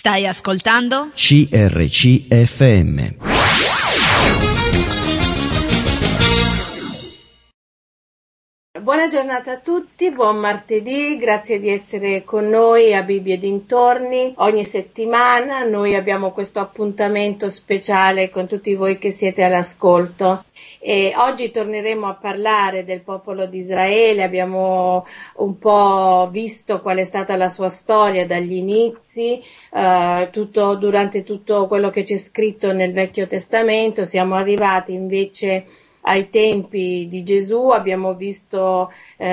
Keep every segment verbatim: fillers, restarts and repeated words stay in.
Stai ascoltando C R C F M. Buona giornata a tutti, buon martedì, grazie di essere con noi a Bibbia e dintorni. Ogni settimana noi abbiamo questo appuntamento speciale con tutti voi che siete all'ascolto. E oggi torneremo a parlare del popolo di Israele. Abbiamo un po' visto qual è stata la sua storia dagli inizi, eh, tutto, durante tutto quello che c'è scritto nel Vecchio Testamento. Siamo arrivati invece ai tempi di Gesù, abbiamo visto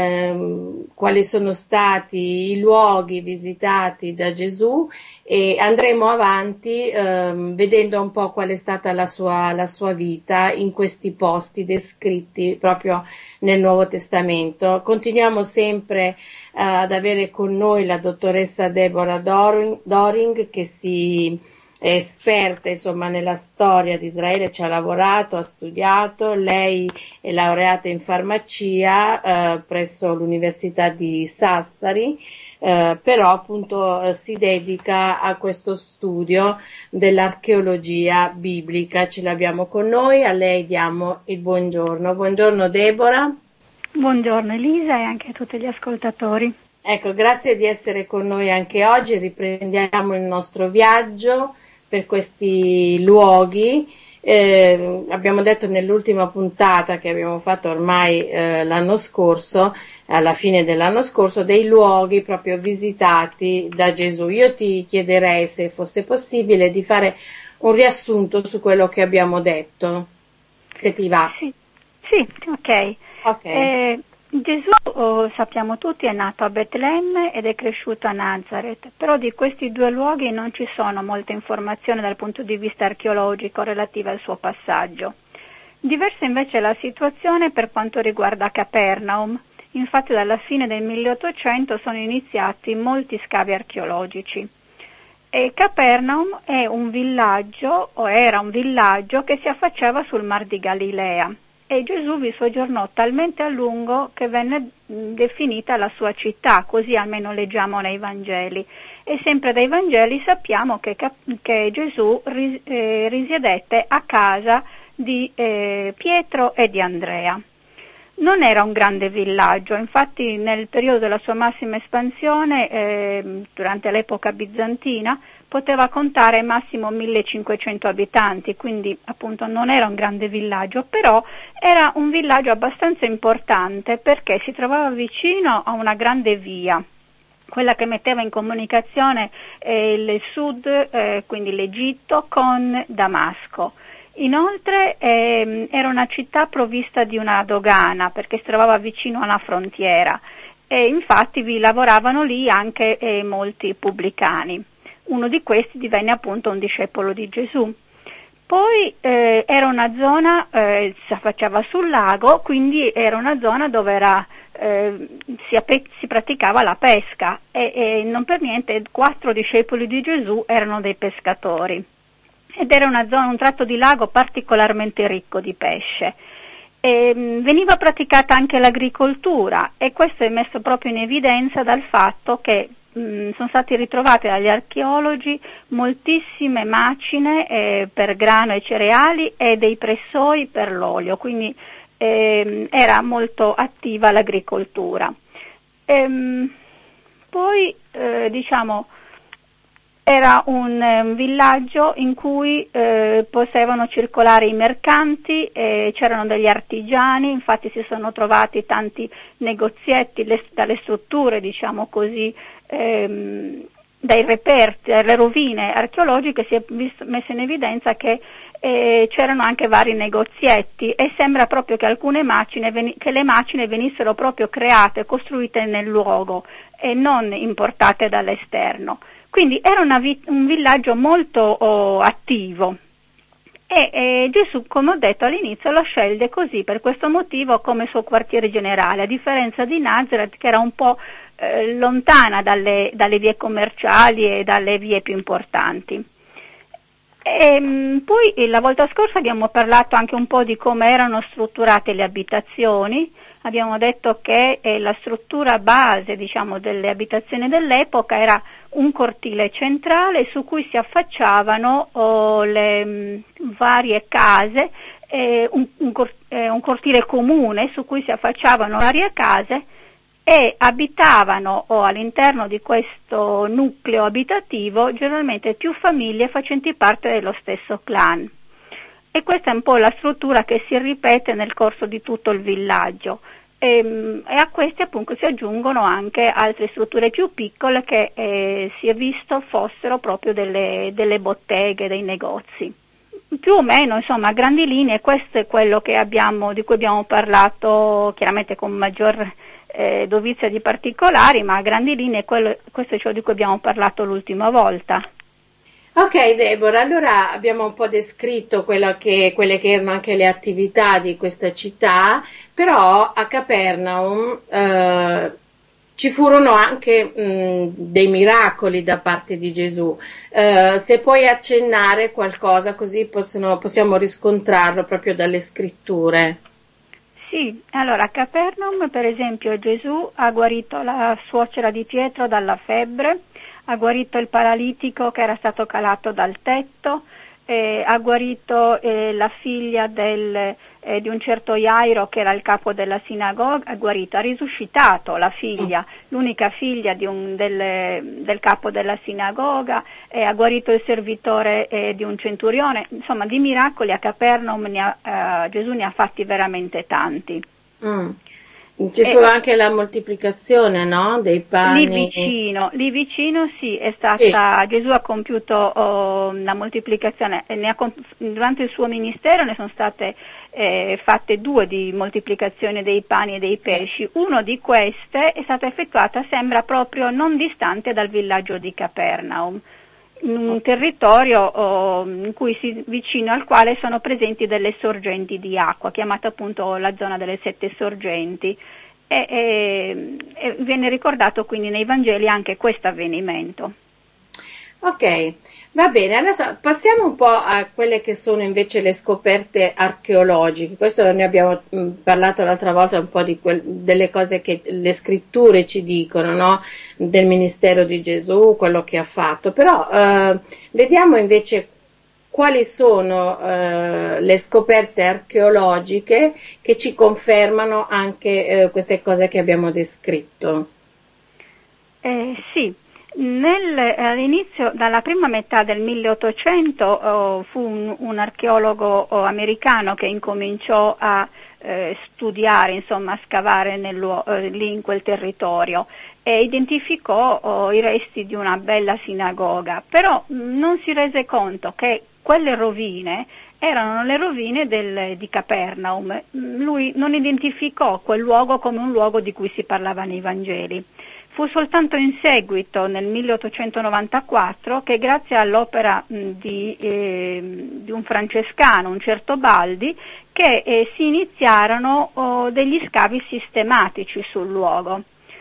ehm, quali sono stati i luoghi visitati da Gesù e andremo avanti ehm, vedendo un po' qual è stata la sua, la sua vita in questi posti descritti proprio nel Nuovo Testamento. Continuiamo sempre eh, ad avere con noi la dottoressa Deborah Doring, Doring che si è esperta insomma nella storia di Israele, ci ha lavorato, ha studiato. Lei è laureata in farmacia eh, presso l'Università di Sassari, eh, però appunto eh, si dedica a questo studio dell'archeologia biblica. Ce l'abbiamo con noi, a lei diamo il buongiorno. Buongiorno Deborah. Buongiorno Elisa e anche a tutti gli ascoltatori. Ecco, grazie di essere con noi anche oggi. Riprendiamo il nostro viaggio per questi luoghi. Eh, abbiamo detto nell'ultima puntata che abbiamo fatto ormai eh, l'anno scorso, alla fine dell'anno scorso, dei luoghi proprio visitati da Gesù. Io ti chiederei, se fosse possibile, di fare un riassunto su quello che abbiamo detto, se ti va. Sì, sì, ok. Ok. Eh, Gesù, oh, sappiamo tutti, è nato a Betlemme ed è cresciuto a Nazareth, però di questi due luoghi non ci sono molte informazioni dal punto di vista archeologico relative al suo passaggio. Diversa invece è la situazione per quanto riguarda Capernaum. Infatti dalla fine del milleottocento sono iniziati molti scavi archeologici. E Capernaum è un villaggio, o era un villaggio, che si affacciava sul Mar di Galilea. E Gesù vi soggiornò talmente a lungo che venne definita la sua città, così almeno leggiamo nei Vangeli. E sempre dai Vangeli sappiamo che, che Gesù ris, eh, risiedette a casa di eh, Pietro e di Andrea. Non era un grande villaggio, infatti nel periodo della sua massima espansione, eh, durante l'epoca bizantina, poteva contare massimo millecinquecento abitanti, quindi appunto non era un grande villaggio, però era un villaggio abbastanza importante perché si trovava vicino a una grande via, quella che metteva in comunicazione eh, il sud, eh, quindi l'Egitto, con Damasco. Inoltre ehm, era una città provvista di una dogana perché si trovava vicino alla frontiera e infatti vi lavoravano lì anche eh, molti pubblicani. Uno di questi divenne appunto un discepolo di Gesù. Poi eh, era una zona, eh, si affacciava sul lago, quindi era una zona dove era, eh, si, ape- si praticava la pesca e, e non per niente quattro discepoli di Gesù erano dei pescatori. Ed era una zona, un tratto di lago particolarmente ricco di pesce. E, mh, veniva praticata anche l'agricoltura e questo è messo proprio in evidenza dal fatto che mh, sono stati ritrovati dagli archeologi moltissime macine eh, per grano e cereali e dei pressoi per l'olio, quindi eh, era molto attiva l'agricoltura. E, mh, poi eh, diciamo era un eh, villaggio in cui eh, potevano circolare i mercanti, eh, c'erano degli artigiani, infatti si sono trovati tanti negozietti le, dalle strutture, diciamo così, ehm, dai reperti, dalle rovine archeologiche si è visto, messo in evidenza che eh, c'erano anche vari negozietti e sembra proprio che alcune macine, veni- che le macine venissero proprio create, costruite nel luogo e non importate dall'esterno. Quindi era una vi- un villaggio molto oh, attivo e, e Gesù, come ho detto all'inizio, lo scelse così per questo motivo come suo quartiere generale, a differenza di Nazareth che era un po' eh, lontana dalle, dalle vie commerciali e dalle vie più importanti. E, poi la volta scorsa abbiamo parlato anche un po' di come erano strutturate le abitazioni. abbiamo detto che eh, la struttura base, diciamo, delle abitazioni dell'epoca era un cortile centrale su cui si affacciavano oh, le mh, varie case, eh, un, un, cor- eh, un cortile comune su cui si affacciavano varie case e abitavano oh, all'interno di questo nucleo abitativo generalmente più famiglie facenti parte dello stesso clan. E questa è un po' la struttura che si ripete nel corso di tutto il villaggio. E, e a queste appunto si aggiungono anche altre strutture più piccole che eh, si è visto fossero proprio delle, delle botteghe, dei negozi. Più o meno, insomma, a grandi linee questo è quello che abbiamo, di cui abbiamo parlato chiaramente con maggior eh, dovizia di particolari, ma a grandi linee quello, questo è ciò di cui abbiamo parlato l'ultima volta. Ok Deborah, allora abbiamo un po' descritto quella che, quelle che erano anche le attività di questa città, però a Capernaum eh, ci furono anche mh, dei miracoli da parte di Gesù. Eh, se puoi accennare qualcosa così possono, possiamo riscontrarlo proprio dalle scritture. Sì, allora a Capernaum per esempio Gesù ha guarito la suocera di Pietro dalla febbre, ha guarito il paralitico che era stato calato dal tetto, eh, ha guarito eh, la figlia del, eh, di un certo Jairo che era il capo della sinagoga, ha guarito, ha risuscitato la figlia, l'unica figlia di un, del, del capo della sinagoga, eh, ha guarito il servitore eh, di un centurione, insomma di miracoli a Capernaum ne ha, eh, Gesù ne ha fatti veramente tanti. Mm. C'è solo anche la moltiplicazione, no? Dei pani. Lì vicino, lì vicino sì, è stata, sì. Gesù ha compiuto oh, la moltiplicazione, ne ha, durante il suo ministero ne sono state eh, fatte due di moltiplicazione dei pani e dei sì. pesci. Uno di queste è stata effettuata, sembra proprio non distante dal villaggio di Capernaum, in un territorio oh, in cui si, vicino al quale sono presenti delle sorgenti di acqua, chiamata appunto la zona delle sette sorgenti, e, e, e viene ricordato quindi nei Vangeli anche questo avvenimento. Ok, va bene, adesso passiamo un po' a quelle che sono invece le scoperte archeologiche. Questo ne abbiamo mh, parlato l'altra volta un po' di quel, delle cose che le scritture ci dicono, no? Del ministero di Gesù, quello che ha fatto, però eh, vediamo invece quali sono eh, le scoperte archeologiche che ci confermano anche eh, queste cose che abbiamo descritto. Eh, sì. Nel, all'inizio, dalla prima metà del milleottocento oh, fu un, un archeologo oh, americano che incominciò a eh, studiare, insomma a scavare nel, eh, lì in quel territorio e identificò oh, i resti di una bella sinagoga, però mh, non si rese conto che quelle rovine erano le rovine del, di Capernaum. Lui non identificò quel luogo come un luogo di cui si parlava nei Vangeli. Fu soltanto in seguito, nel milleottocentonovantaquattro, che grazie all'opera mh, di, eh, di un francescano, un certo Baldi, che eh, si iniziarono oh, degli scavi sistematici sul luogo.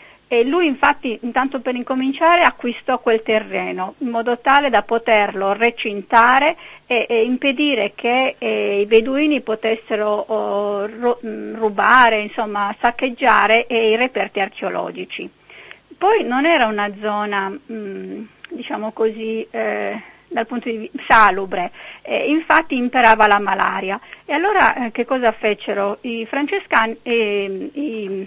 E lui infatti, intanto per incominciare, acquistò quel terreno in modo tale da poterlo recintare e, e impedire che eh, i beduini potessero oh, ro- rubare, insomma saccheggiare eh, i reperti archeologici. Poi non era una zona, mh, diciamo così, eh, dal punto di vista salubre, eh, infatti imperava la malaria. E allora eh, che cosa fecero? I francescani, eh, i,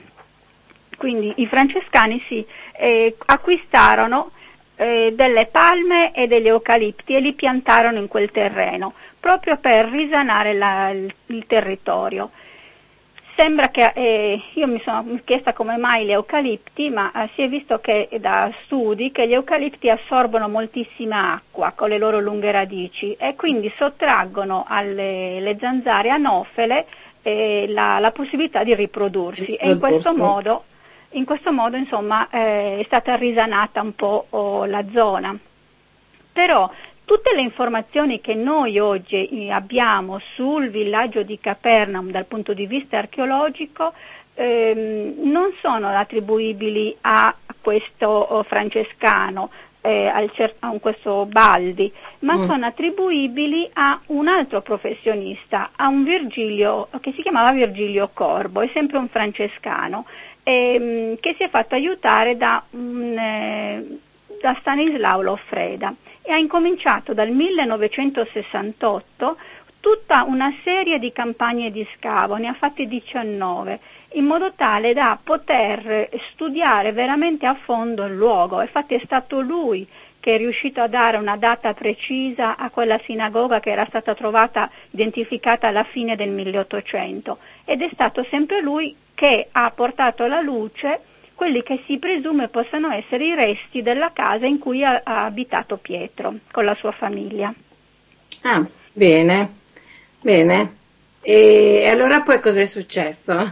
quindi i francescani sì, eh, acquistarono eh, delle palme e degli eucalipti e li piantarono in quel terreno, proprio per risanare la, il, il territorio. Sembra che, eh, io mi sono chiesta come mai gli eucalipti, ma eh, si è visto che da studi che gli eucalipti assorbono moltissima acqua con le loro lunghe radici e quindi sottraggono alle le zanzare anofele eh, la, la possibilità di riprodursi e in questo modo, in questo modo insomma eh, è stata risanata un po' oh, la zona. Però tutte le informazioni che noi oggi abbiamo sul villaggio di Capernaum dal punto di vista archeologico ehm, non sono attribuibili a questo oh, francescano, eh, al cer- a un questo Baldi, ma Mm. sono attribuibili a un altro professionista, a un Virgilio che si chiamava Virgilio Corbo, è sempre un francescano, ehm, che si è fatto aiutare da, un, eh, da Stanislao Loffreda e ha incominciato dal millenovecentosessantotto tutta una serie di campagne di scavo, ne ha fatti diciannove, in modo tale da poter studiare veramente a fondo il luogo. Infatti è stato lui che è riuscito a dare una data precisa a quella sinagoga che era stata trovata, identificata alla fine del milleottocento, ed è stato sempre lui che ha portato alla luce quelli che si presume possano essere i resti della casa in cui ha, ha abitato Pietro con la sua famiglia. Ah, bene, bene. E allora poi cosa è successo?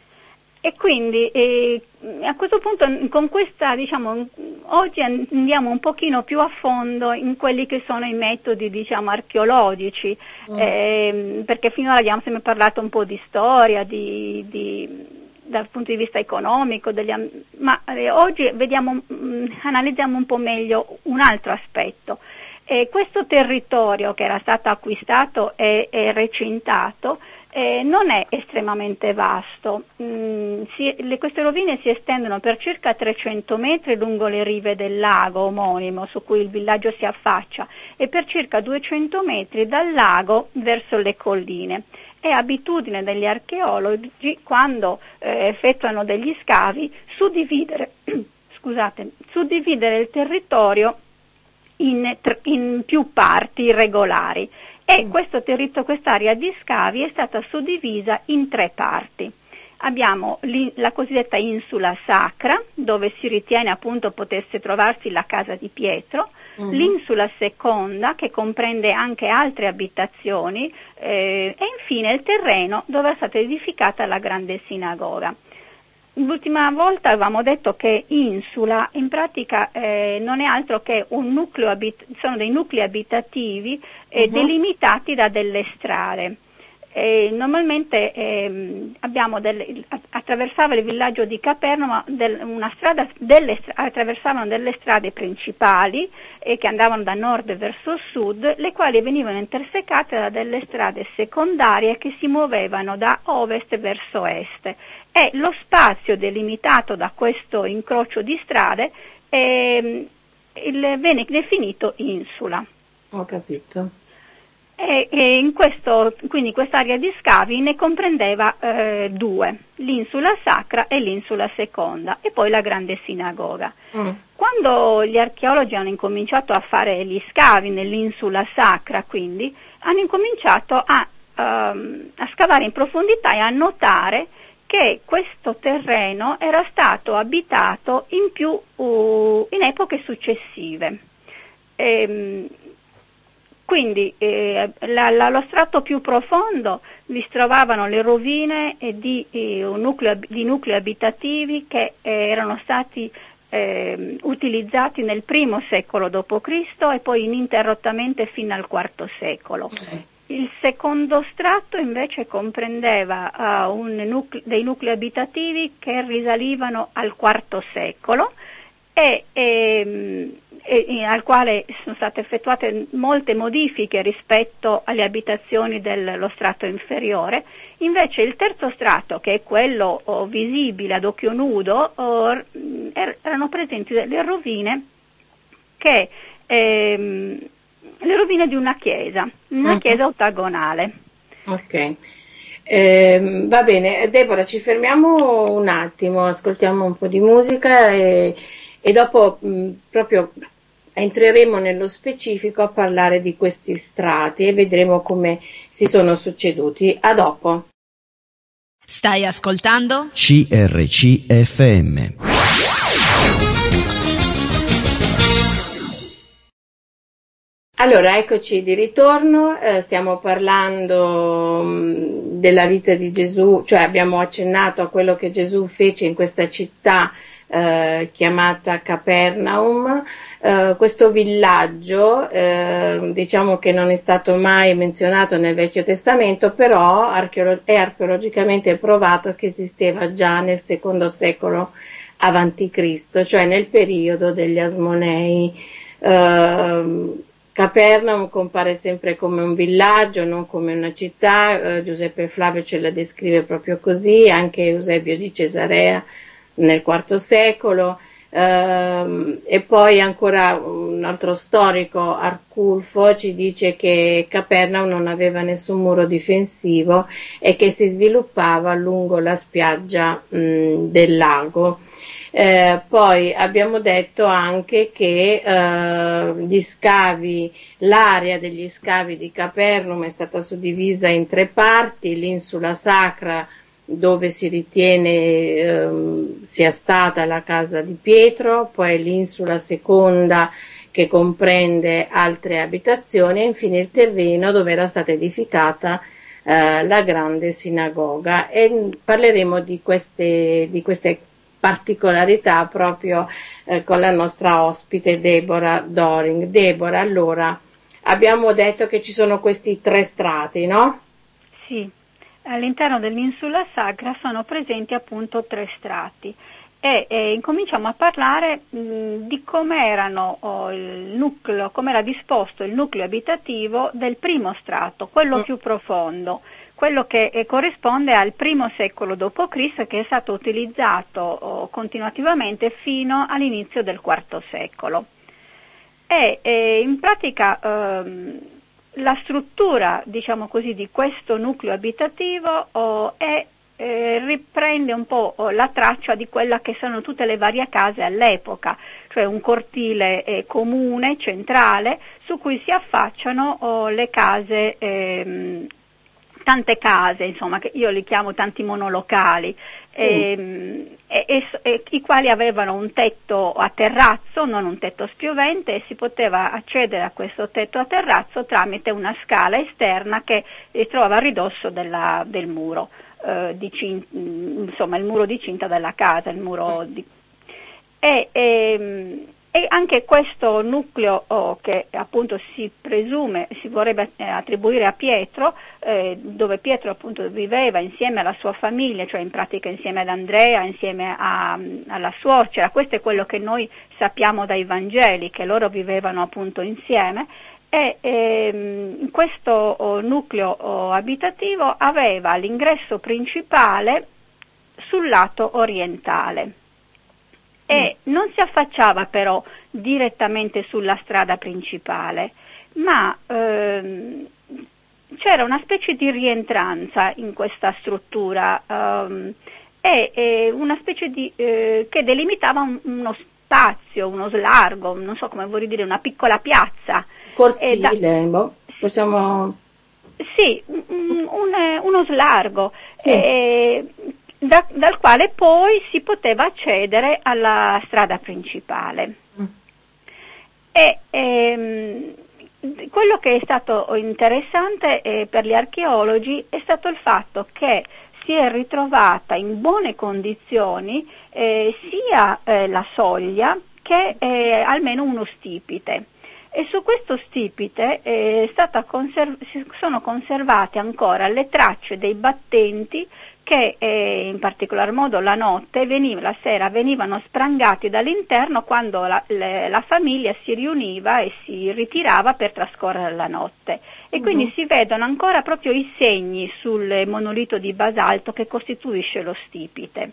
E quindi eh, a questo punto con questa, diciamo, oggi andiamo un pochino più a fondo in quelli che sono i metodi, diciamo, archeologici, mm. eh, perché finora abbiamo sempre parlato un po' di storia, di, di, dal punto di vista economico, degli, ma eh, oggi vediamo, mh, analizziamo un po' meglio un altro aspetto. Eh, questo territorio che era stato acquistato e, e recintato Eh, non è estremamente vasto. Mm, si, le, queste rovine si estendono per circa trecento metri lungo le rive del lago omonimo su cui il villaggio si affaccia e per circa duecento metri dal lago verso le colline. È abitudine degli archeologi, quando eh, effettuano degli scavi, suddividere, scusate, suddividere il territorio in, in più parti irregolari. E questo territorio, quest'area di scavi è stata suddivisa in tre parti. Abbiamo la cosiddetta insula sacra, dove si ritiene appunto potesse trovarsi la casa di Pietro, uh-huh. L'insula seconda, che comprende anche altre abitazioni, eh, e infine il terreno dove è stata edificata la grande sinagoga. L'ultima volta avevamo detto che insula in pratica eh, non è altro che un nucleo abit- sono dei nuclei abitativi eh, uh-huh. delimitati da delle strade. E normalmente eh, abbiamo delle, attraversava il villaggio di Capernaum del, una strada, delle, attraversavano delle strade principali eh, che andavano da nord verso sud, le quali venivano intersecate da delle strade secondarie che si muovevano da ovest verso est. E lo spazio delimitato da questo incrocio di strade eh, il, venne definito insula. Ho capito. E, e in questo, quindi quest'area di scavi ne comprendeva eh, due, l'insula sacra e l'insula seconda, e poi la grande sinagoga. Mm. Quando gli archeologi hanno incominciato a fare gli scavi nell'insula sacra, quindi, hanno incominciato a, um, a scavare in profondità e a notare che questo terreno era stato abitato in più uh, in epoche successive. Ehm, Quindi eh, la, la, lo strato più profondo vi si trovavano le rovine eh, di, eh, un nucleo, di nuclei abitativi che eh, erano stati eh, utilizzati nel primo secolo dopo Cristo e poi ininterrottamente fino al quarto secolo. Il secondo strato invece comprendeva uh, un nucle- dei nuclei abitativi che risalivano al quarto secolo e, e, e al quale sono state effettuate molte modifiche rispetto alle abitazioni dello strato inferiore. Invece il terzo strato, che è quello oh, visibile ad occhio nudo, oh, er- erano presenti delle rovine che ehm, le rovine di una chiesa, una uh-huh. chiesa ottagonale. Ok. Eh, va bene, Deborah, ci fermiamo un attimo, ascoltiamo un po' di musica e, e dopo mh, proprio entreremo nello specifico a parlare di questi strati e vedremo come si sono succeduti. A dopo. Stai ascoltando? C R C F M. Allora, eccoci di ritorno, eh, stiamo parlando mh, della vita di Gesù, cioè abbiamo accennato a quello che Gesù fece in questa città eh, chiamata Capernaum. Eh, questo villaggio, eh, diciamo che non è stato mai menzionato nel Vecchio Testamento, però archeolo- è archeologicamente provato che esisteva già nel secondo secolo avanti Cristo, cioè nel periodo degli Asmonei. Uh, Capernaum compare sempre come un villaggio, non come una città. Uh, Giuseppe Flavio ce la descrive proprio così, anche Eusebio di Cesarea nel quarto secolo. Uh, e poi ancora un altro storico, Arculfo, ci dice che Capernaum non aveva nessun muro difensivo e che si sviluppava lungo la spiaggia mh, del lago. Eh, poi abbiamo detto anche che eh, gli scavi, l'area degli scavi di Capernaum è stata suddivisa in tre parti: l'insula sacra, dove si ritiene eh, sia stata la casa di Pietro, poi l'insula seconda che comprende altre abitazioni, e infine il terreno dove era stata edificata eh, la grande sinagoga. E parleremo di queste, di queste particolarità proprio eh, con la nostra ospite Deborah Doring. Deborah, allora, abbiamo detto che ci sono questi tre strati, no? Sì, all'interno dell'insula sacra sono presenti appunto tre strati e, e incominciamo a parlare mh, di come erano oh, il nucleo, come era disposto il nucleo abitativo del primo strato, quello mm. più profondo, quello che eh, corrisponde al primo secolo dopo Cristo, che è stato utilizzato oh, continuativamente fino all'inizio del quarto secolo. E eh, in pratica ehm, la struttura, diciamo così, di questo nucleo abitativo oh, è, eh, riprende un po' oh, la traccia di quella che sono tutte le varie case all'epoca, cioè un cortile eh, comune, centrale, su cui si affacciano oh, le case ehm, tante case, insomma, che io li chiamo tanti monolocali, sì. e, e, e, e, i quali avevano un tetto a terrazzo, non un tetto spiovente, e si poteva accedere a questo tetto a terrazzo tramite una scala esterna che si trovava a ridosso della, del muro, eh, di cin- insomma il muro di cinta della casa, il muro di... E, e, E anche questo nucleo oh, che appunto si presume, si vorrebbe eh, attribuire a Pietro, eh, dove Pietro appunto viveva insieme alla sua famiglia, cioè in pratica insieme ad Andrea, insieme a, alla suocera. Questo è quello che noi sappiamo dai Vangeli, che loro vivevano appunto insieme. E ehm, questo oh, nucleo oh, abitativo aveva l'ingresso principale sul lato orientale. E non si affacciava però direttamente sulla strada principale, ma ehm, c'era una specie di rientranza in questa struttura ehm, e, e una specie di eh, che delimitava un, uno spazio, uno slargo, non so come vorrei dire, una piccola piazza. Cortile, da, boh, possiamo... Sì, un, un, uno slargo. Sì. E, Da, dal quale poi si poteva accedere alla strada principale. Mm. E ehm, quello che è stato interessante eh, per gli archeologi è stato il fatto che si è ritrovata in buone condizioni eh, sia eh, la soglia che eh, almeno uno stipite. E su questo stipite eh, è stata conserv- si sono conservate ancora le tracce dei battenti che eh, in particolar modo la notte, veniva, la sera, venivano sprangati dall'interno quando la, le, la famiglia si riuniva e si ritirava per trascorrere la notte. E uh-huh. quindi si vedono ancora proprio i segni sul monolito di basalto che costituisce lo stipite.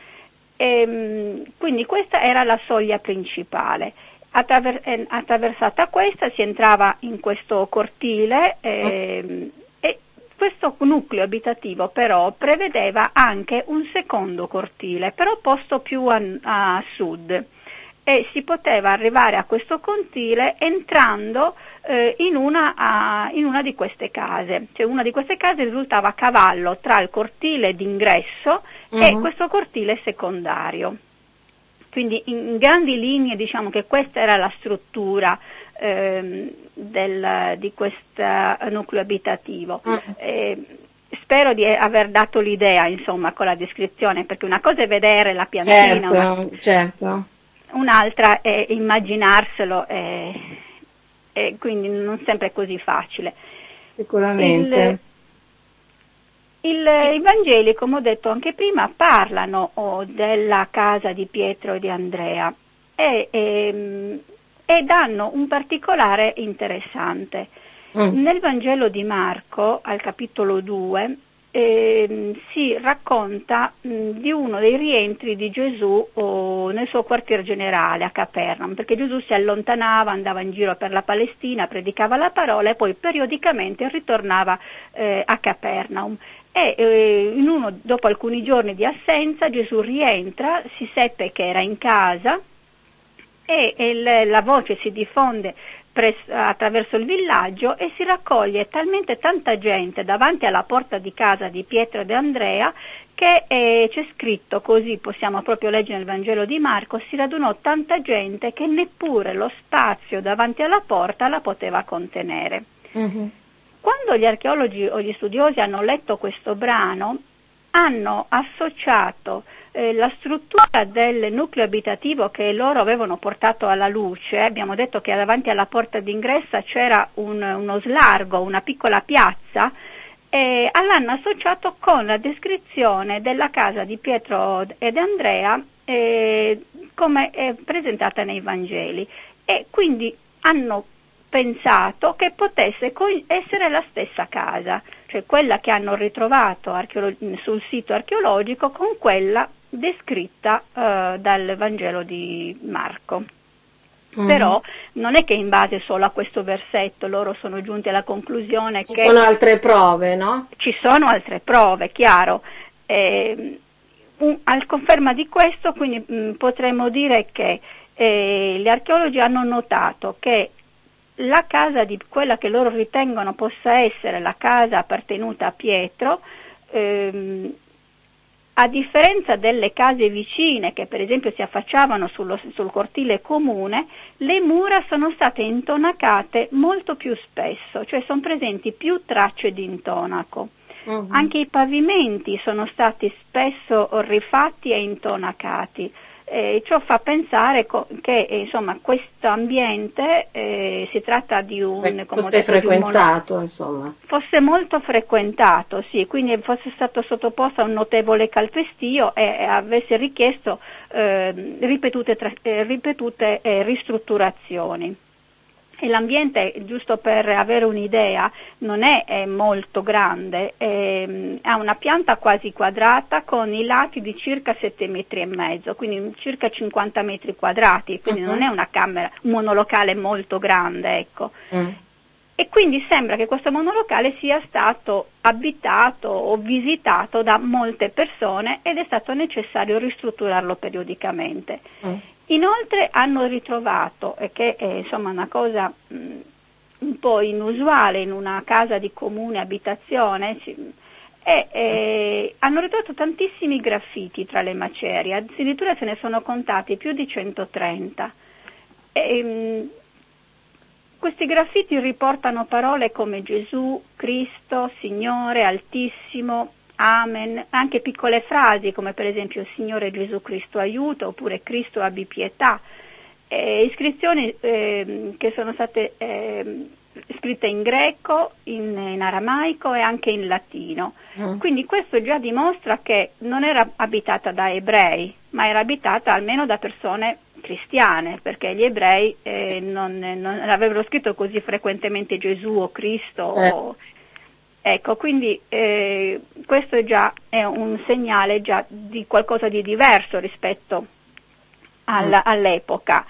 E, quindi questa era la soglia principale. Attraver- eh, attraversata questa si entrava in questo cortile eh, uh-huh. e questo nucleo abitativo però prevedeva anche un secondo cortile, però posto più a, a sud, e si poteva arrivare a questo cortile entrando eh, in, una, a, in una di queste case, cioè una di queste case risultava a cavallo tra il cortile d'ingresso uh-huh. e questo cortile secondario. Quindi in grandi linee diciamo che questa era la struttura ehm, del, di questo nucleo abitativo. Uh-huh. Eh, spero di aver dato l'idea, insomma, con la descrizione, perché una cosa è vedere la piantina, certo, una, certo. un'altra è immaginarselo, e, e quindi non sempre è così facile. Sicuramente. Il, Il, I Vangeli, come ho detto anche prima, parlano oh, della casa di Pietro e di Andrea e, e, e danno un particolare interessante. Mm. Nel Vangelo di Marco, al capitolo due, eh, si racconta mh, di uno dei rientri di Gesù oh, nel suo quartier generale a Capernaum, perché Gesù si allontanava, andava in giro per la Palestina, predicava la parola e poi periodicamente ritornava eh, a Capernaum. E eh, in uno, dopo alcuni giorni di assenza, Gesù rientra, si seppe che era in casa e, e la voce si diffonde Pres- attraverso il villaggio e si raccoglie talmente tanta gente davanti alla porta di casa di Pietro ed Andrea che eh, c'è scritto così, possiamo proprio leggere nel Vangelo di Marco, si radunò tanta gente che neppure lo spazio davanti alla porta la poteva contenere. Mm-hmm. Quando gli archeologi o gli studiosi hanno letto questo brano, hanno associato eh, la struttura del nucleo abitativo che loro avevano portato alla luce. Abbiamo detto che davanti alla porta d'ingresso c'era un, uno slargo, una piccola piazza, e l'hanno associato con la descrizione della casa di Pietro ed Andrea eh, come è presentata nei Vangeli, e quindi hanno pensato che potesse essere la stessa casa, cioè quella che hanno ritrovato archeolo- sul sito archeologico con quella descritta uh, dal Vangelo di Marco. Mm. Però non è che in base solo a questo versetto loro sono giunti alla conclusione ci che... Ci sono altre prove, no? Ci sono altre prove, chiaro. Eh, un, al conferma di questo, quindi mh, potremmo dire che eh, gli archeologi hanno notato che la casa di quella che loro ritengono possa essere la casa appartenuta a Pietro, ehm, a differenza delle case vicine che per esempio si affacciavano sullo, sul cortile comune, le mura sono state intonacate molto più spesso, cioè sono presenti più tracce di intonaco. Uh-huh. Anche i pavimenti sono stati spesso rifatti e intonacati. Eh, ciò fa pensare co- che eh, insomma questo ambiente eh, si tratta di un Beh, come fosse detto, frequentato, di un, insomma. Fosse molto frequentato, sì, quindi fosse stato sottoposto a un notevole calpestio e, e avesse richiesto eh, ripetute, tra- eh, ripetute eh, ristrutturazioni. E l'ambiente, giusto per avere un'idea, non è, è molto grande, è, ha una pianta quasi quadrata con i lati di circa sette metri e mezzo, quindi circa cinquanta metri quadrati, quindi uh-huh. non è una camera, un monolocale molto grande, ecco. Uh-huh. E quindi sembra che questo monolocale sia stato abitato o visitato da molte persone ed è stato necessario ristrutturarlo periodicamente. Uh-huh. Inoltre hanno ritrovato, e che è insomma una cosa mh, un po' inusuale in una casa di comune abitazione, ci, e, e, hanno ritrovato tantissimi graffiti tra le macerie, addirittura se ne sono contati più di centotrenta. E, mh, questi graffiti riportano parole come Gesù, Cristo, Signore, Altissimo, Amen, anche piccole frasi come per esempio Signore Gesù Cristo aiuta oppure Cristo abbi pietà, eh, iscrizioni eh, che sono state eh, scritte in greco, in, in aramaico e anche in latino. Mm. Quindi questo già dimostra che non era abitata da ebrei, ma era abitata almeno da persone cristiane, perché gli ebrei eh, non, non avrebbero scritto così frequentemente Gesù o Cristo eh. o... Ecco, quindi eh, questo è già è un segnale già di qualcosa di diverso rispetto alla, mm. all'epoca.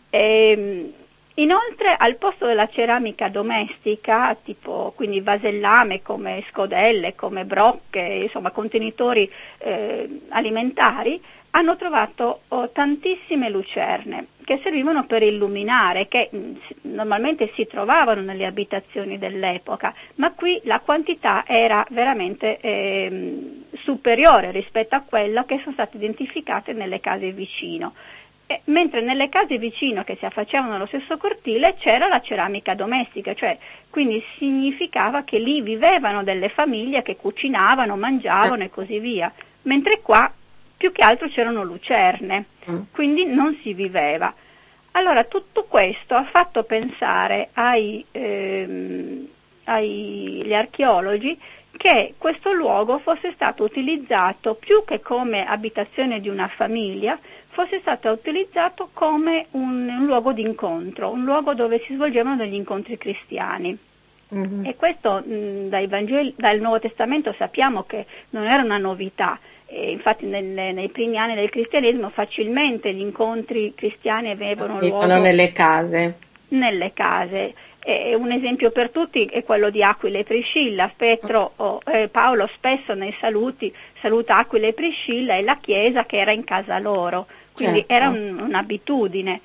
E, inoltre al posto della ceramica domestica, tipo quindi vasellame come scodelle, come brocche, insomma contenitori eh, alimentari, hanno trovato oh, tantissime lucerne che servivano per illuminare, che mh, normalmente si trovavano nelle abitazioni dell'epoca, ma qui la quantità era veramente eh, superiore rispetto a quella che sono state identificate nelle case vicino. E, mentre nelle case vicino che si affacciavano allo stesso cortile c'era la ceramica domestica, cioè quindi significava che lì vivevano delle famiglie che cucinavano, mangiavano e così via, mentre qua più che altro c'erano lucerne, mm. quindi non si viveva. Allora tutto questo ha fatto pensare ai, ehm, agli archeologi che questo luogo fosse stato utilizzato più che come abitazione di una famiglia, fosse stato utilizzato come un, un luogo di incontro, un luogo dove si svolgevano degli incontri cristiani. Mm-hmm. E questo mh, dai Vangeli, dal Nuovo Testamento sappiamo che non era una novità. E infatti nel, nei primi anni del cristianesimo facilmente gli incontri cristiani avevano luogo nelle case. Nelle case. E un esempio per tutti è quello di Aquila e Priscilla. Petro o eh, Paolo spesso nei saluti saluta Aquila e Priscilla e la chiesa che era in casa loro, quindi certo. Era un, un'abitudine.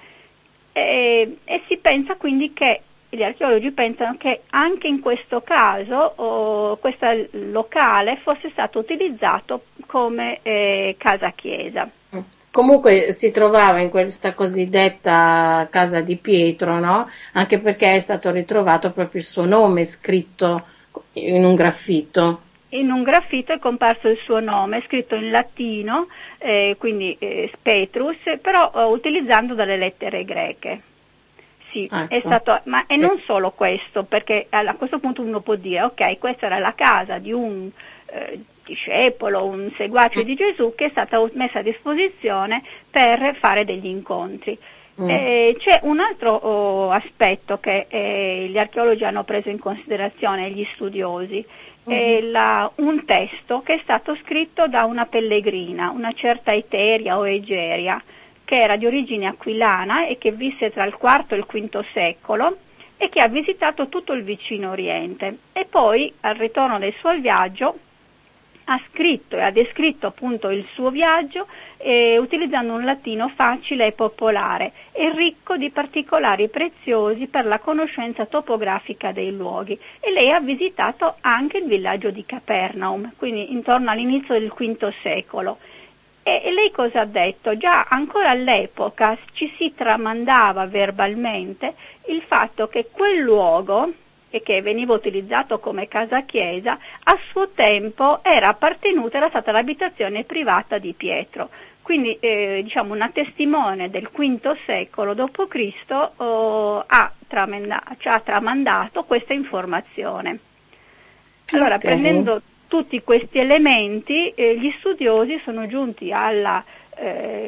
E, e si pensa quindi che gli archeologi pensano che anche in questo caso oh, questo locale fosse stato utilizzato come eh, casa-chiesa. Comunque si trovava in questa cosiddetta casa di Pietro, no? Anche perché è stato ritrovato proprio il suo nome scritto in un graffito. In un graffito è comparso il suo nome, scritto in latino, eh, quindi eh, Petrus, però eh, utilizzando delle lettere greche. Sì, ecco. È stato, ma e non solo questo, perché a questo punto uno può dire, ok, questa era la casa di un eh, discepolo, un seguace di Gesù che è stata messa a disposizione per fare degli incontri. Mm. Eh, c'è un altro oh, aspetto che eh, gli archeologi hanno preso in considerazione, gli studiosi, mm. è la, un testo che è stato scritto da una pellegrina, una certa Eteria o Egeria, che era di origine aquilana e che visse tra il quarto e il quinto secolo e che ha visitato tutto il vicino Oriente e poi al ritorno del suo viaggio ha scritto e ha descritto appunto il suo viaggio eh, utilizzando un latino facile e popolare e ricco di particolari preziosi per la conoscenza topografica dei luoghi, e lei ha visitato anche il villaggio di Capernaum, quindi intorno all'inizio del quinto secolo. E lei cosa ha detto? Già ancora all'epoca ci si tramandava verbalmente il fatto che quel luogo, e che veniva utilizzato come casa-chiesa, a suo tempo era appartenuta, era stata l'abitazione privata di Pietro. Quindi eh, diciamo una testimone del quinto secolo dopo Cristo oh, ha tramanda- ci ha tramandato questa informazione. Allora, okay. Prendendo tutti questi elementi, eh, gli studiosi sono giunti alla eh,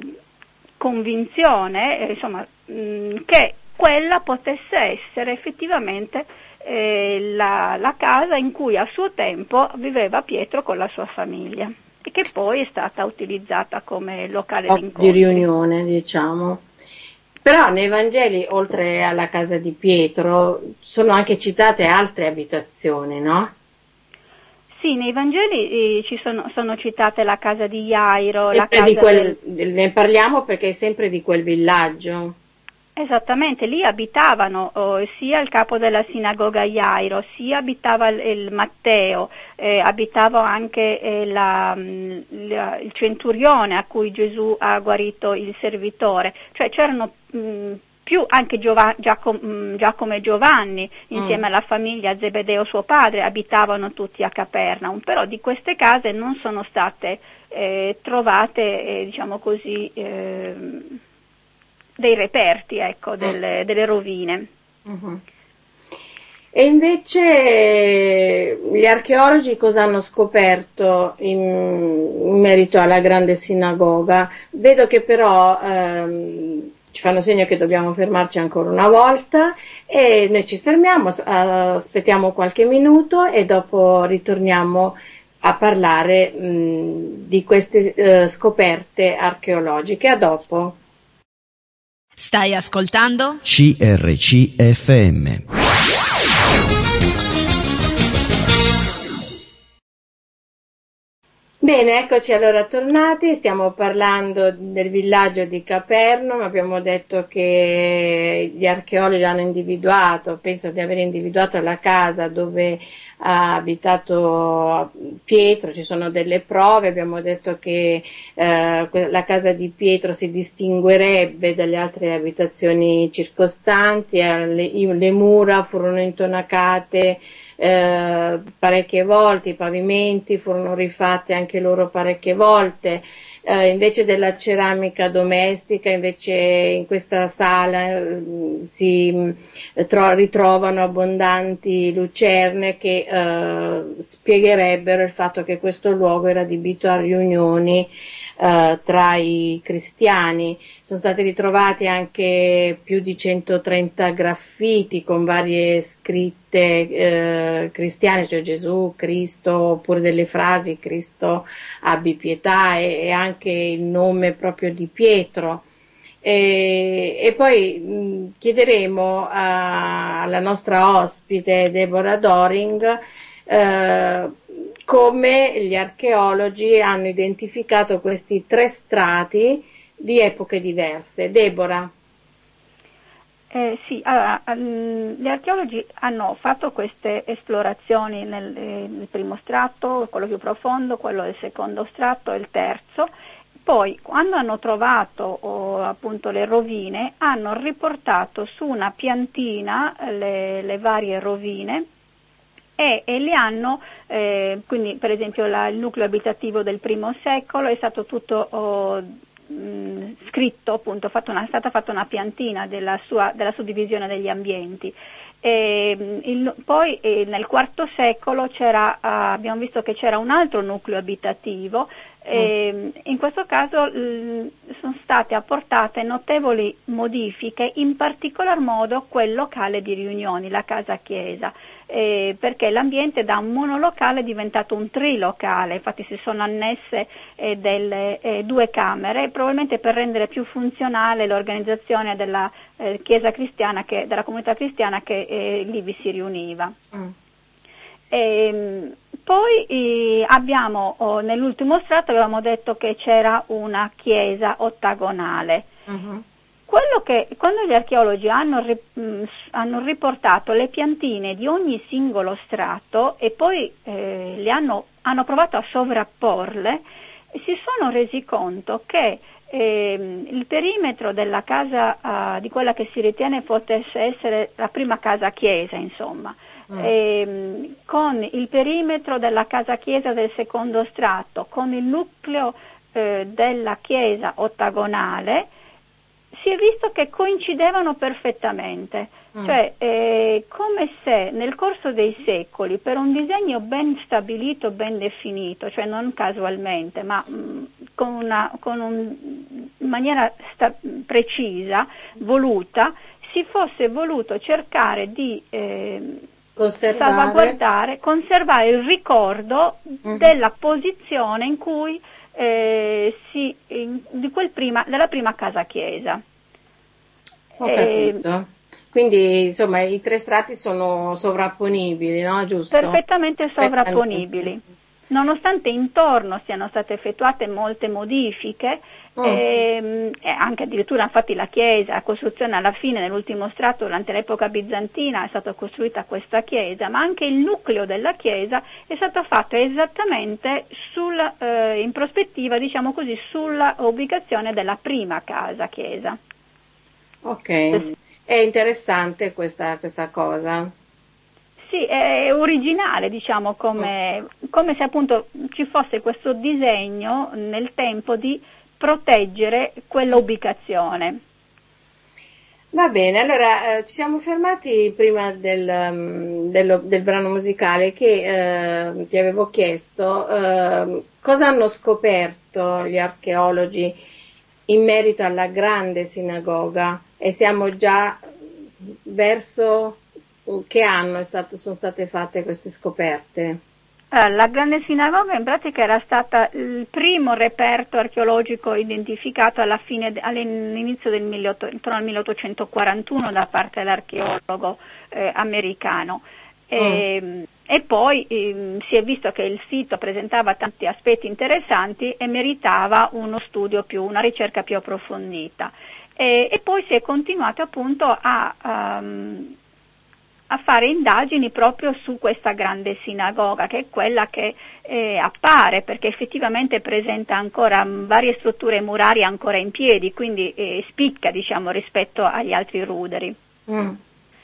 convinzione eh, insomma, mh, che quella potesse essere effettivamente eh, la, la casa in cui a suo tempo viveva Pietro con la sua famiglia e che poi è stata utilizzata come locale oh, di incontri. Di riunione, diciamo. Però nei Vangeli, oltre alla casa di Pietro, sono anche citate altre abitazioni, no? Sì, nei Vangeli eh, ci sono, sono citate la casa di Jairo, sempre la casa di quel, del... ne parliamo perché è sempre di quel villaggio. Esattamente, lì abitavano oh, sia il capo della sinagoga Jairo, sia abitava il, il Matteo, eh, abitava anche eh, la, la, il centurione a cui Gesù ha guarito il servitore, cioè c'erano mh, più anche Giova, Giacom, Giacomo e Giovanni insieme mm. alla famiglia Zebedeo suo padre abitavano tutti a Capernaum, però di queste case non sono state eh, trovate eh, diciamo così eh, dei reperti, ecco, delle, delle rovine. Uh-huh. E invece gli archeologi cosa hanno scoperto in, in merito alla grande sinagoga? Vedo che però ehm, ci fanno segno che dobbiamo fermarci ancora una volta e noi ci fermiamo, aspettiamo qualche minuto e dopo ritorniamo a parlare mh, di queste uh, scoperte archeologiche. A dopo. Stai ascoltando? C R C F M. Bene, eccoci allora tornati, stiamo parlando del villaggio di Capernaum, abbiamo detto che gli archeologi hanno individuato, penso di aver individuato la casa dove ha abitato Pietro, ci sono delle prove, abbiamo detto che eh, la casa di Pietro si distinguerebbe dalle altre abitazioni circostanti, eh, le, le mura furono intonacate Eh, parecchie volte, i pavimenti furono rifatti anche loro parecchie volte, eh, invece della ceramica domestica, invece in questa sala eh, si eh, tro- ritrovano abbondanti lucerne che eh, spiegherebbero il fatto che questo luogo era adibito a riunioni Uh, tra i cristiani. Sono stati ritrovati anche più di centotrenta graffiti con varie scritte uh, cristiane, cioè Gesù, Cristo, oppure delle frasi Cristo abbi pietà, e, e anche il nome proprio di Pietro. E, e poi mh, chiederemo a, alla nostra ospite Deborah Doring uh, come gli archeologi hanno identificato questi tre strati di epoche diverse. Deborah. Eh, sì, allora, gli archeologi hanno fatto queste esplorazioni nel, nel primo strato, quello più profondo, quello del secondo strato e il terzo. Poi, quando hanno trovato oh, appunto le rovine, hanno riportato su una piantina le, le varie rovine e, e li hanno, eh, quindi per esempio la, il nucleo abitativo del primo secolo è stato tutto oh, mh, scritto, appunto, fatto una, è stata fatta una piantina della, sua, della suddivisione degli ambienti. E, il, poi eh, nel quarto secolo c'era, uh, abbiamo visto che c'era un altro nucleo abitativo. E in questo caso l, sono state apportate notevoli modifiche, in particolar modo quel locale di riunioni, la casa chiesa, eh, perché l'ambiente da un monolocale è diventato un trilocale, infatti si sono annesse eh, delle eh, due camere, probabilmente per rendere più funzionale l'organizzazione della eh, chiesa cristiana, che, della comunità cristiana che eh, lì vi si riuniva. Mm. E, poi eh, abbiamo oh, nell'ultimo strato avevamo detto che c'era una chiesa ottagonale. Uh-huh. Quello che quando gli archeologi hanno, ri, mh, hanno riportato le piantine di ogni singolo strato e poi eh, le hanno, hanno provato a sovrapporle, si sono resi conto che eh, il perimetro della casa, uh, di quella che si ritiene potesse essere la prima casa chiesa, insomma, Mm. E, con il perimetro della casa chiesa del secondo strato, con il nucleo eh, della chiesa ottagonale, si è visto che coincidevano perfettamente, mm. cioè eh, come se nel corso dei secoli, per un disegno ben stabilito, ben definito, cioè non casualmente, ma mh, con una con un, in maniera sta- precisa, voluta, si fosse voluto cercare di eh, Conservare. salvaguardare, conservare il ricordo mm. della posizione in cui eh, si, in, di quel prima, della prima casa chiesa. Ho capito. Eh, Quindi insomma i tre strati sono sovrapponibili, no? Giusto? Perfettamente sovrapponibili. Nonostante intorno siano state effettuate molte modifiche, oh. ehm, e anche addirittura infatti la chiesa, la costruzione alla fine nell'ultimo strato durante l'epoca bizantina è stata costruita questa chiesa, ma anche il nucleo della chiesa è stato fatto esattamente sul, eh, in prospettiva, diciamo così, sulla ubicazione della prima casa chiesa. Ok, è interessante questa, questa cosa. Sì, è originale, diciamo, come, come se appunto ci fosse questo disegno nel tempo di proteggere quella ubicazione. Va bene, allora eh, ci siamo fermati prima del, um, dello, del brano musicale che eh, ti avevo chiesto eh, cosa hanno scoperto gli archeologi in merito alla grande sinagoga, e siamo già verso che anno è stato, sono state fatte queste scoperte? La grande sinagoga in pratica era stata il primo reperto archeologico identificato alla fine, all'inizio del intorno al milleottocentoquarantuno da parte dell'archeologo eh, americano. E, mm. e poi eh, si è visto che il sito presentava tanti aspetti interessanti e meritava uno studio più, una ricerca più approfondita. E, e poi si è continuato appunto a um, a fare indagini proprio su questa grande sinagoga, che è quella che eh, appare, perché effettivamente presenta ancora mh, varie strutture murarie ancora in piedi, quindi eh, spicca, diciamo, rispetto agli altri ruderi. Mm.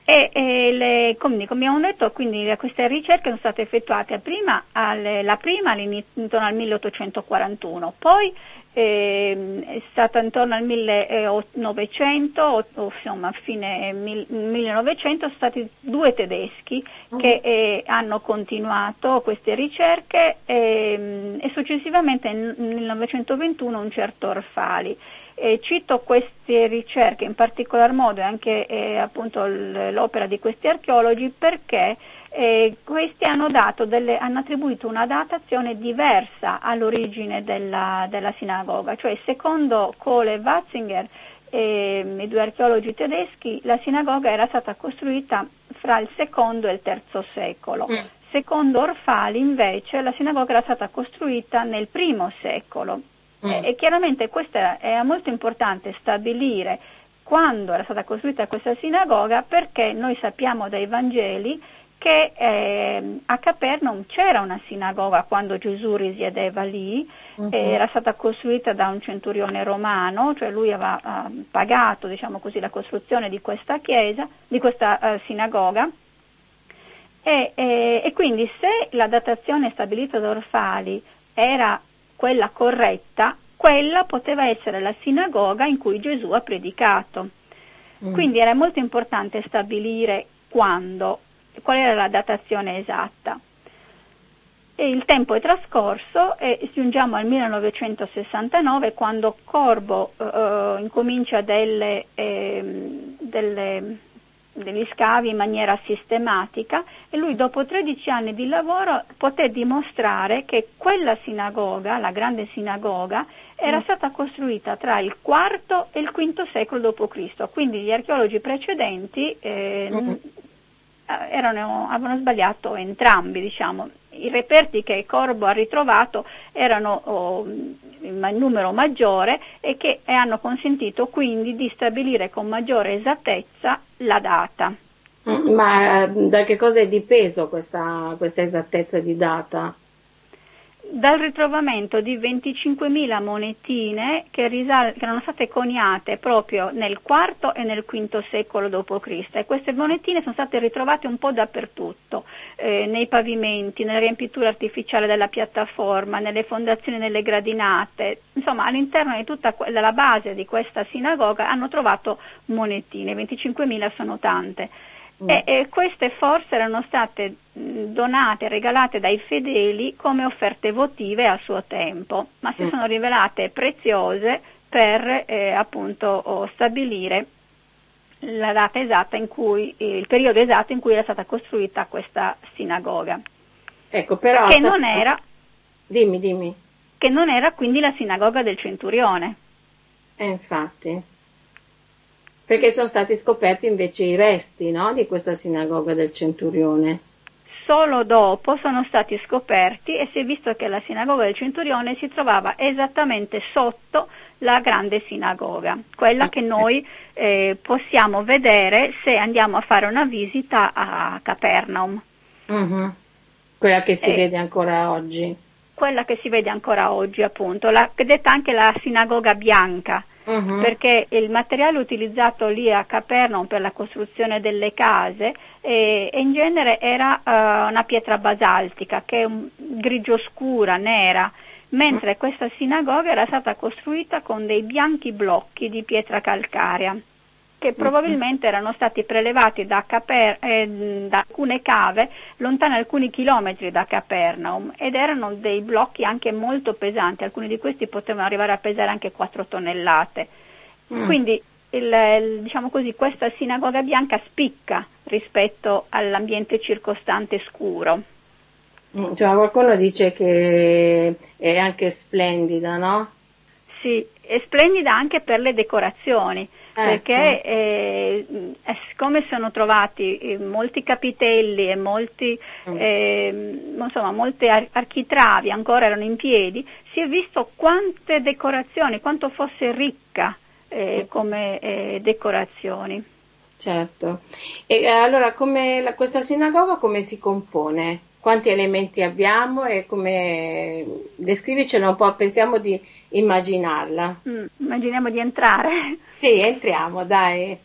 E, e le, come, come abbiamo detto, quindi queste ricerche sono state effettuate prima alle, la prima intorno al milleottocentoquarantuno, poi eh, è stata intorno al millenovecento, o, o insomma a fine mil, millenovecento, sono stati due tedeschi che eh, hanno continuato queste ricerche eh, e successivamente nel millenovecentoventuno un certo Orfali. Eh, cito queste ricerche in particolar modo e anche eh, appunto l- l'opera di questi archeologi perché eh, questi hanno, dato delle, hanno attribuito una datazione diversa all'origine della, della sinagoga, cioè secondo Kohl e Watzinger, eh, i due archeologi tedeschi, la sinagoga era stata costruita fra il secondo e il terzo secolo. Mm. Secondo Orfali invece la sinagoga era stata costruita nel primo secolo. Mm. E, e chiaramente questo era, era molto importante stabilire quando era stata costruita questa sinagoga, perché noi sappiamo dai Vangeli che eh, a Capernaum c'era una sinagoga quando Gesù risiedeva lì, uh-huh. Era stata costruita da un centurione romano, cioè lui aveva uh, pagato, diciamo così, la costruzione di questa chiesa, di questa uh, sinagoga, e, e, e quindi se la datazione stabilita da Orfali era quella corretta, quella poteva essere la sinagoga in cui Gesù ha predicato. Mm. Quindi era molto importante stabilire quando, qual era la datazione esatta. E il tempo è trascorso e giungiamo al millenovecentosessantanove, quando Corbo eh, incomincia delle, eh, delle, degli scavi in maniera sistematica, e lui dopo tredici anni di lavoro poté dimostrare che quella sinagoga, la grande sinagoga, era stata costruita tra il quarto e il quinto secolo dopo Cristo. Quindi gli archeologi precedenti eh, mm-hmm. erano, avevano sbagliato entrambi, diciamo. I reperti che Corbo ha ritrovato erano oh, in numero maggiore e che e hanno consentito quindi di stabilire con maggiore esattezza la data. Ma da che cosa è dipeso questa, questa esattezza di data? Dal ritrovamento di venticinquemila monetine che, risal- che erano state coniate proprio nel quarto e nel quinto secolo dopo Cristo, e queste monetine sono state ritrovate un po' dappertutto, eh, nei pavimenti, nella riempitura artificiale della piattaforma, nelle fondazioni, nelle gradinate, insomma all'interno di tutta que- la base di questa sinagoga hanno trovato monetine, venticinquemila sono tante. Mm. E, e queste forse erano state donate, regalate dai fedeli come offerte votive a suo tempo, ma si mm. sono rivelate preziose per eh, appunto oh, stabilire la data esatta in cui, eh, il periodo esatto in cui era stata costruita questa sinagoga. Ecco, però che sap- non era dimmi, dimmi. Che non era quindi la sinagoga del centurione. Eh, infatti. Perché sono stati scoperti invece i resti, no, di questa sinagoga del centurione. Solo dopo sono stati scoperti e si è visto che la sinagoga del centurione si trovava esattamente sotto la grande sinagoga, quella che noi eh, possiamo vedere se andiamo a fare una visita a Capernaum. Uh-huh. Quella che si eh, vede ancora oggi. Quella che si vede ancora oggi, appunto, la, detta anche la sinagoga bianca. Uh-huh. Perché il materiale utilizzato lì a Capernaum per la costruzione delle case eh, in genere era uh, una pietra basaltica che è un grigio scura, nera, mentre questa sinagoga era stata costruita con dei bianchi blocchi di pietra calcarea che probabilmente erano stati prelevati da, Caper- eh, da alcune cave lontane alcuni chilometri da Capernaum, ed erano dei blocchi anche molto pesanti, alcuni di questi potevano arrivare a pesare anche quattro tonnellate. Mm. Quindi il, il, diciamo così, questa sinagoga bianca spicca rispetto all'ambiente circostante scuro. Mm, cioè, qualcuno dice che è anche splendida, no? Sì, è splendida anche per le decorazioni. Perché eh, siccome sono trovati eh, molti capitelli e molti, eh, insomma, molte ar- architravi ancora erano in piedi, si è visto quante decorazioni, quanto fosse ricca eh, come eh, decorazioni. Certo. E allora come la, questa sinagoga come si compone? Quanti elementi abbiamo e come descrivicela un po', pensiamo di immaginarla. Mm, immaginiamo di entrare. Sì, entriamo, dai.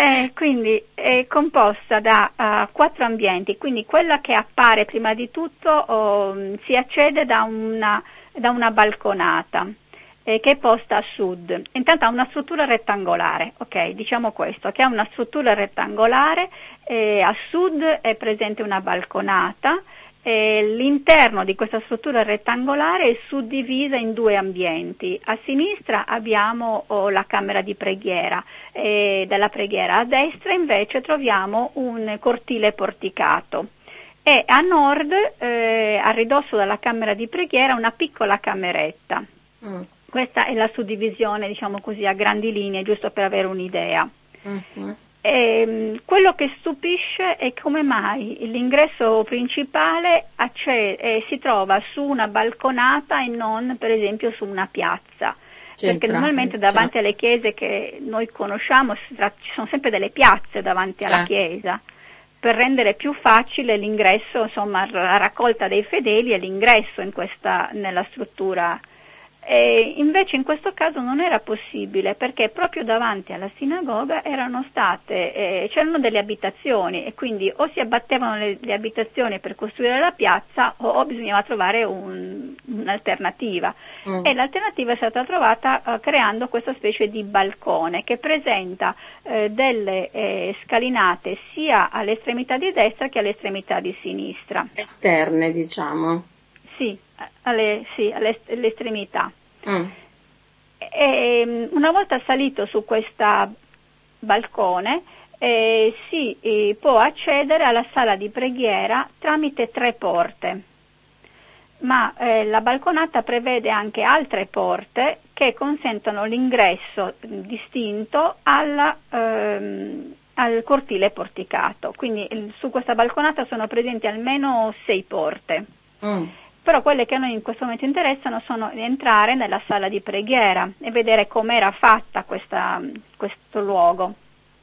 Eh, quindi è composta da uh, quattro ambienti, quindi quella che appare prima di tutto oh, si accede da una, da una balconata eh, che è posta a sud. Intanto ha una struttura rettangolare, ok, diciamo questo, che ha una struttura rettangolare, eh, a sud è presente una balconata. Eh, l'interno di questa struttura rettangolare è suddivisa in due ambienti. A sinistra abbiamo oh, la camera di preghiera, eh, della preghiera, a destra invece troviamo un cortile porticato e a nord, eh, a ridosso della camera di preghiera, una piccola cameretta. Mm. Questa è la suddivisione, diciamo così, a grandi linee, giusto per avere un'idea. Mm-hmm. E, quello che stupisce è come mai l'ingresso principale acce- eh, si trova su una balconata e non per esempio su una piazza. Centrale, perché normalmente davanti alle chiese che noi conosciamo ci sono sempre delle piazze davanti alla chiesa per rendere più facile l'ingresso, insomma la raccolta dei fedeli e l'ingresso in questa, nella struttura. E invece in questo caso non era possibile perché proprio davanti alla sinagoga erano state, eh, c'erano delle abitazioni e quindi o si abbattevano le, le abitazioni per costruire la piazza o, o bisognava trovare un, un'alternativa mm. e l'alternativa è stata trovata eh, creando questa specie di balcone che presenta eh, delle eh, scalinate sia all'estremità di destra che all'estremità di sinistra. Esterne, diciamo. Sì, alle, sì, all'estremità. Mm. E, una volta salito su questo balcone eh, si eh, può accedere alla sala di preghiera tramite tre porte, ma eh, la balconata prevede anche altre porte che consentono l'ingresso distinto alla, ehm, al cortile porticato. Quindi il, su questa balconata sono presenti almeno sei porte. Mm. Però quelle che a noi in questo momento interessano sono entrare nella sala di preghiera e vedere com'era fatta questa, questo luogo.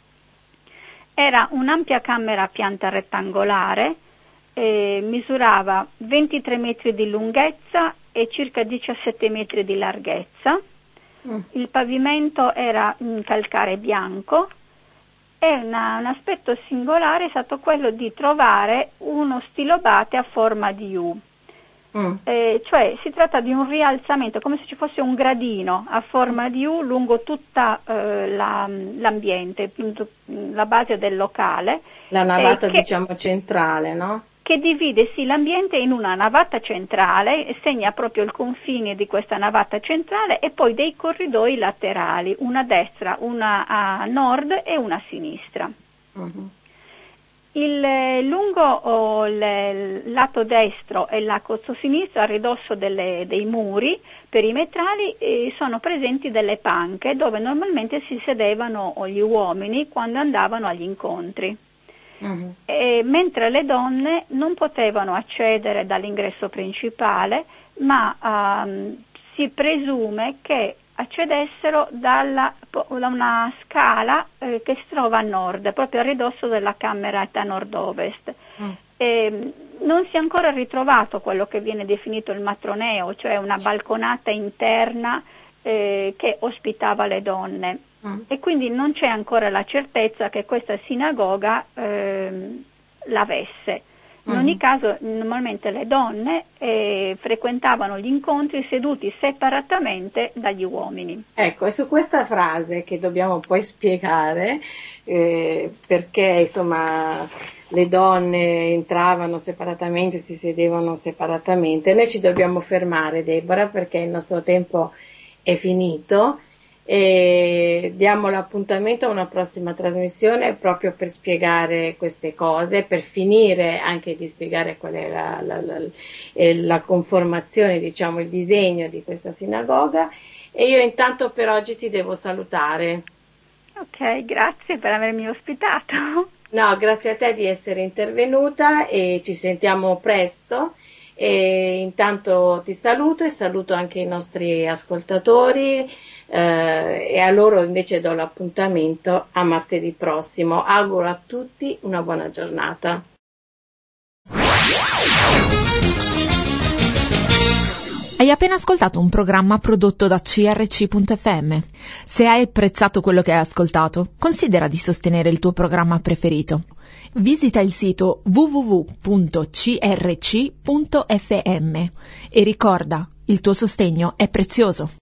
Era un'ampia camera a pianta rettangolare, eh, misurava ventitré metri di lunghezza e circa diciassette metri di larghezza. Mm. Il pavimento era in calcare bianco e una, un aspetto singolare è stato quello di trovare uno stilobate a forma di U. Mm. Eh, cioè si tratta di un rialzamento come se ci fosse un gradino a forma di U lungo tutta eh, la, l'ambiente, la base del locale, la navata eh, che, diciamo centrale, no? Che divide sì l'ambiente in una navata centrale e segna proprio il confine di questa navata centrale e poi dei corridoi laterali, una a destra, una a nord e una a sinistra. Mm-hmm. Il, lungo oh, il lato destro e il lato sinistro, a ridosso delle, dei muri perimetrali, eh, sono presenti delle panche dove normalmente si sedevano gli uomini quando andavano agli incontri. Uh-huh. E, mentre le donne non potevano accedere dall'ingresso principale, ma um, si presume che accedessero dalla, da una scala eh, che si trova a nord, proprio a ridosso della camerata nord-ovest. Mm. E, non si è ancora ritrovato quello che viene definito il matroneo, cioè una balconata interna eh, che ospitava le donne. Mm. E quindi non c'è ancora la certezza che questa sinagoga eh, l'avesse. In ogni caso normalmente le donne eh, frequentavano gli incontri seduti separatamente dagli uomini. Ecco, è su questa frase che dobbiamo poi spiegare eh, perché insomma le donne entravano separatamente, si sedevano separatamente. Noi ci dobbiamo fermare, Deborah, perché il nostro tempo è finito. E diamo l'appuntamento a una prossima trasmissione proprio per spiegare queste cose, per finire anche di spiegare qual è la, la, la, la conformazione, diciamo il disegno di questa sinagoga. E io intanto per oggi ti devo salutare. Ok, grazie per avermi ospitato. No, grazie a te di essere intervenuta e ci sentiamo presto. E intanto ti saluto e saluto anche i nostri ascoltatori eh, e a loro invece do l'appuntamento a martedì prossimo. Auguro a tutti una buona giornata. Hai appena ascoltato un programma prodotto da C R C punto F M. Se hai apprezzato quello che hai ascoltato, considera di sostenere il tuo programma preferito. Visita il sito w w w punto c r c punto f m e ricorda, il tuo sostegno è prezioso.